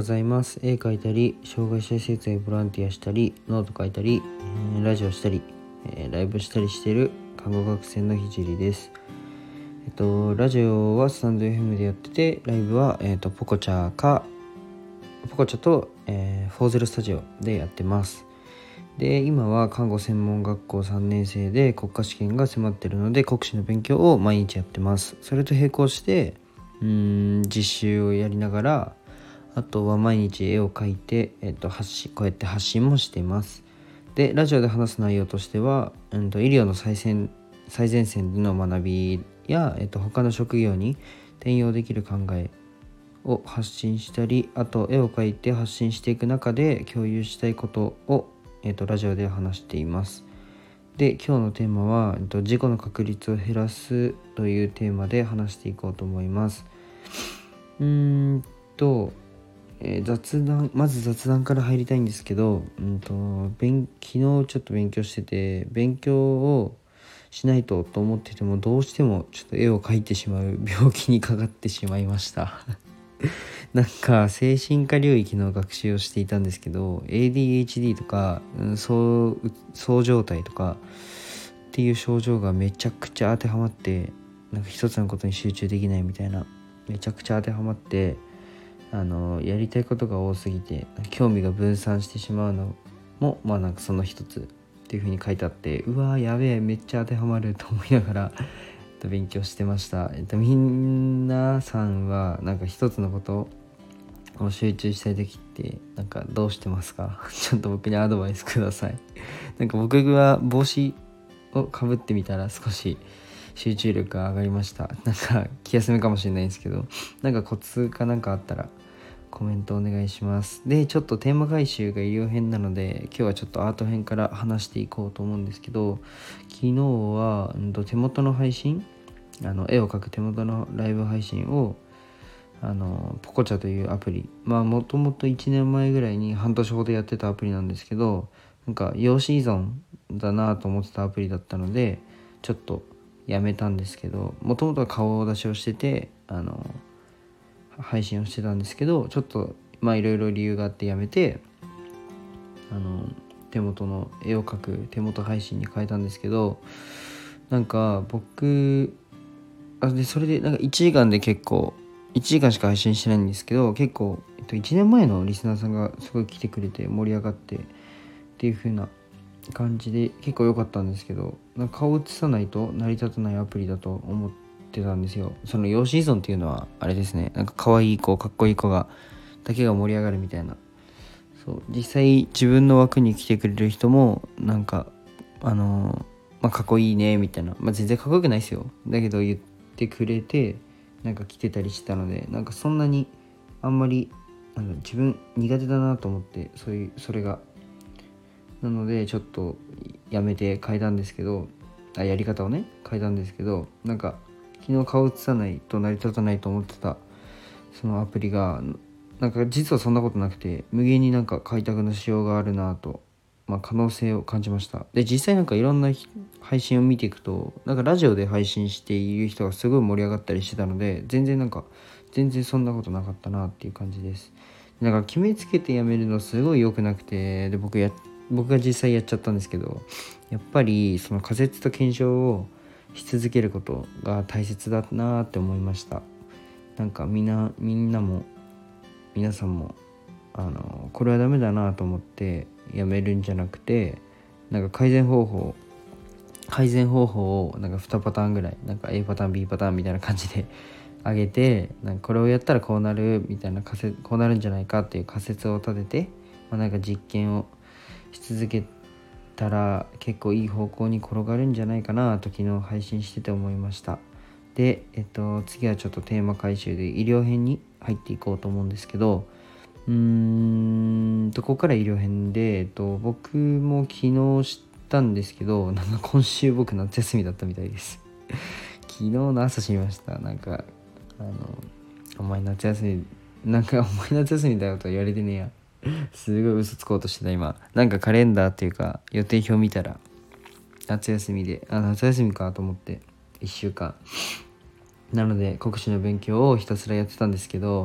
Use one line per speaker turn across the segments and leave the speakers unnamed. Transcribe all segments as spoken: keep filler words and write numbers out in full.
ざいます。絵描いたり、障害者施設へボランティアしたり、ノート書いたり、えーラジオしたり、えーライブしたりしている看護学生のひじりです。えっと、ラジオはスタンド エフエム でやってて、ライブは、えっと、ポコチャか、ポコチャと、えー、フォーゼロスタジオでやってます。で、今は看護専門学校さんねん生で国家試験が迫っているので、国試の勉強を毎日やってます。それと並行して、うーん、実習をやりながら、あとは毎日絵を描いて、えっと、発信、こうやって発信もしています。で、ラジオで話す内容としては、うんと、医療の最先、最前線での学びや、えっと、他の職業に転用できる考えを発信したり、あと絵を描いて発信していく中で共有したいことを、えっと、ラジオで話しています。で、今日のテーマは、えっと、事故の確率を減らすというテーマで話していこうと思います。うーんと、えー雑談まず雑談から入りたいんですけど、うんと勉昨日ちょっと勉強してて、勉強をしないとと思ってても、どうしてもちょっと絵を描いてしまう病気にかかってしまいましたなんか精神科領域の学習をしていたんですけど、 エーディーエイチディー とか、うん、そうそう状態とかっていう症状がめちゃくちゃ当てはまって、なんか一つのことに集中できないみたいな、めちゃくちゃ当てはまって、あのやりたいことが多すぎて興味が分散してしまうのも、まあなんかその一つっていう風に書いてあって、うわーやべえ、めっちゃ当てはまると思いながら勉強してました。えっと、みんなさんはなんか一つのことを集中したい時ってなんかどうしてますか？ちょっと僕にアドバイスください。なんか僕は帽子をかぶってみたら少し集中力が上がりました。なんか気休めかもしれないんですけど、なんかコツかなんかあったらコメントお願いします。で、ちょっとテーマ回収が医療編なので、今日はちょっとアート編から話していこうと思うんですけど、昨日は、うん、と手元の配信、あの絵を描く手元のライブ配信をあのポコチャというアプリ、まあもともといちねんまえぐらいに半年ほどやってたアプリなんですけど、なんか用紙依存だなと思ってたアプリだったので、ちょっとやめたんですけど、もともとは顔出しをしてて、あの配信をしてたんですけど、ちょっとまあいろいろ理由があってやめて、あの手元の絵を描く手元配信に変えたんですけど、なんか僕あでそれでなんかいちじかんで結構いちじかんしか配信してないんですけど、結構、えっと、いちねんまえのリスナーさんがすごい来てくれて盛り上がってっていう風な感じで結構良かったんですけど、なんか顔映さないと成り立たないアプリだと思ってたんですよ。その養子依存っていうのはあれですね、なんか可愛い子かっこいい子がだけが盛り上がるみたいな。そう、実際自分の枠に来てくれる人もなんかあのーまあかっこいいねみたいな、まあ全然かっこよくないですよ、だけど言ってくれてなんか来てたりしたので、なんかそんなにあんまりあの自分苦手だなと思って、そういうそれがなのでちょっとやめて変えたんですけど、あやり方をね変えたんですけど、なんか昨日顔映さないと成り立たないと思ってたそのアプリがなんか実はそんなことなくて、無限になんか開拓のしようがあるなと、まあ、可能性を感じました。で、実際なんかいろんな配信を見ていくと、なんかラジオで配信している人がすごい盛り上がったりしてたので、全然なんか全然そんなことなかったなっていう感じです。なんか決めつけてやめるのすごい良くなくて、で僕や僕が実際やっちゃったんですけど、やっぱりその仮説と検証をし続けることが大切だなって思いました。なんかみんなみんなも皆さんもあのこれはダメだなと思ってやめるんじゃなくて、なんか改善方法改善方法をなんかにパターンぐらい、なんか A パターン B パターンみたいな感じで上げて、なんかこれをやったらこうなるみたいな仮説、こうなるんじゃないかっていう仮説を立てて、まあ、なんか実験をし続けたら結構いい方向に転がるんじゃないかなと昨日配信してて思いました。で、えっと、次はちょっとテーマ回収で医療編に入っていこうと思うんですけど、うーんとここから医療編で、えっと、僕も昨日知ったんですけど、なんか今週僕夏休みだったみたいです昨日の朝知りました。なんかあのお前夏休みなんかお前夏休みだよとは言われてねえやすごい嘘つこうとしてた今。なんかカレンダーっていうか予定表見たら夏休みで、あ夏休みかと思っていっしゅうかんなので国試の勉強をひたすらやってたんですけど、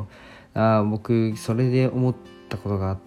あ僕それで思ったことがあって、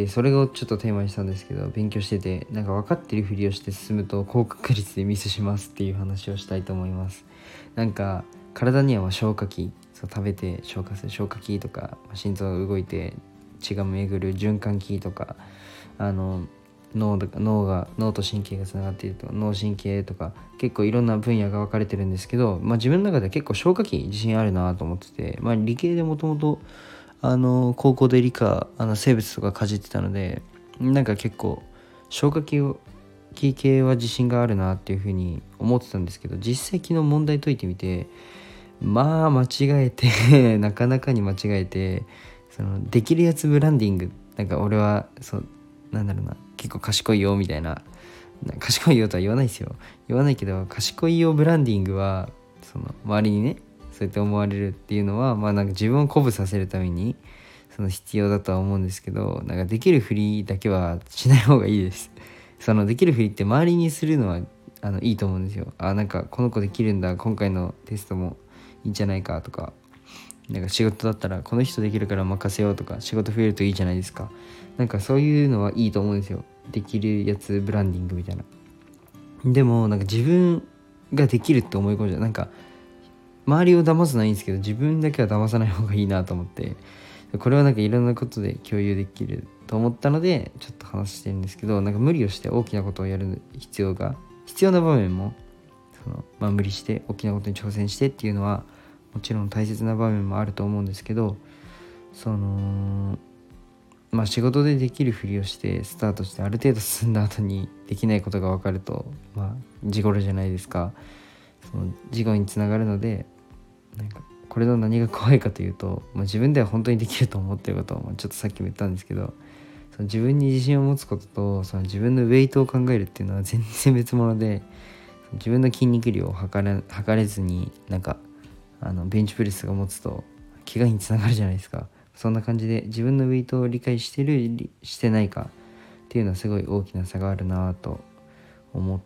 それをちょっとテーマにしたんですけど、勉強しててなんか分かってるふりをして進むと高確率でミスしますっていう話をしたいと思います。なんか体にはまあ消化器、そう食べて消化する消化器とか、心臓が動いて血が巡る循環器とか、あの脳とか脳が脳と神経がつながっていると脳神経とか、結構いろんな分野が分かれてるんですけど、まあ、自分の中では結構消化器自信あるなと思ってて、まあ、理系でもともとあの高校で理科あの生物とかかじってたので、なんか結構消化器を器系は自信があるなっていうふうに思ってたんですけど、実際昨日問題解いてみて、まあ間違えてなかなかに間違えて、そのできるやつブランディング、なんか俺はそうなんだろうな、結構賢いよみたいな、賢いよとは言わないですよ、言わないけど、賢いよブランディングはその周りにねそうやって思われるっていうのは、まあなんか自分を鼓舞させるためにその必要だとは思うんですけど、なんかできるふりだけはしない方がいいです。そのできるふりって周りにするのはあのいいと思うんですよ。あ、なんかこの子できるんだ、今回のテストもいいんじゃないかとか、なんか仕事だったらこの人できるから任せようとか、仕事増えるといいじゃないですか。なんかそういうのはいいと思うんですよ。できるやつブランディングみたいな。でもなんか自分ができるって思い込んじゃう、なんか周りを騙すのはいいんですけど、自分だけは騙さない方がいいなと思って、これはなんかいろんなことで共有できると思ったのでちょっと話してるんですけど、なんか無理をして大きなことをやる必要が必要な場面もその、まあ、無理して大きなことに挑戦してっていうのはもちろん大切な場面もあると思うんですけど、そのまあ仕事でできるふりをしてスタートしてある程度進んだ後にできないことが分かると、まあ事故るじゃないですか。その事故につながるので、なんかこれの何が怖いかというと、まあ、自分では本当にできると思ってることを、まあ、ちょっとさっきも言ったんですけど、その自分に自信を持つこととその自分のウェイトを考えるっていうのは全然別物で、自分の筋肉量を測れ、測れずになんかあのベンチプレスが持つと怪我につながるじゃないですか。そんな感じで自分のウェイトを理解してるしてないかっていうのはすごい大きな差があるなと思って、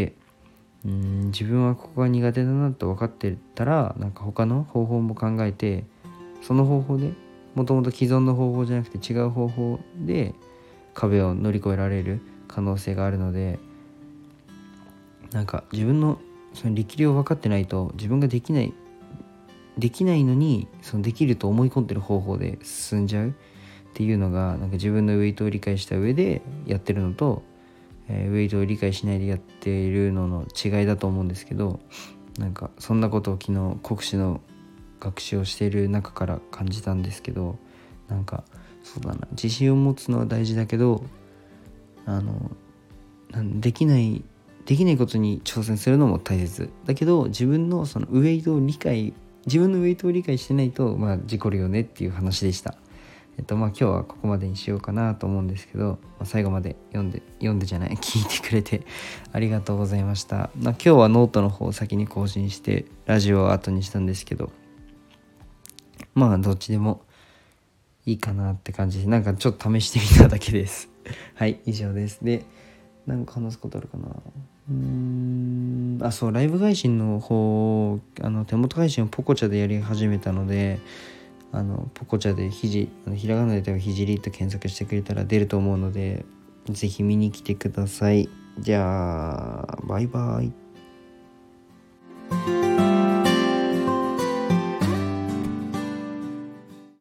うーん自分はここが苦手だなと分かってたら、なんか他の方法も考えて、その方法でもともと既存の方法じゃなくて違う方法で壁を乗り越えられる可能性があるので、なんか自分のその力量を分かってないと自分ができないできないのにそのできると思い込んでる方法で進んじゃうっていうのが、なんか自分のウェイトを理解した上でやってるのと、えー、ウェイトを理解しないでやっているのの違いだと思うんですけど、なんかそんなことを昨日国試の学習をしている中から感じたんですけど、なんかそうだな、自信を持つのは大事だけど、あのできないできないことに挑戦するのも大切だけど、自分のそのウェイトを理解自分のウェイトを理解してないと、まあ事故るよねっていう話でした。えっとまあ今日はここまでにしようかなと思うんですけど、まあ、最後まで読んで読んでじゃない聞いてくれてありがとうございました。まあ、今日はノートの方を先に更新してラジオを後にしたんですけど、まあどっちでもいいかなって感じで、なんかちょっと試してみただけですはい以上です。でなんか話すことあるかな。うーんあそうライブ配信の方、あの手元配信をポコチャでやり始めたので、あのポコチャでひじあのひらがなで多分ひじりと検索してくれたら出ると思うので、ぜひ見に来てください。じゃあバイバイ。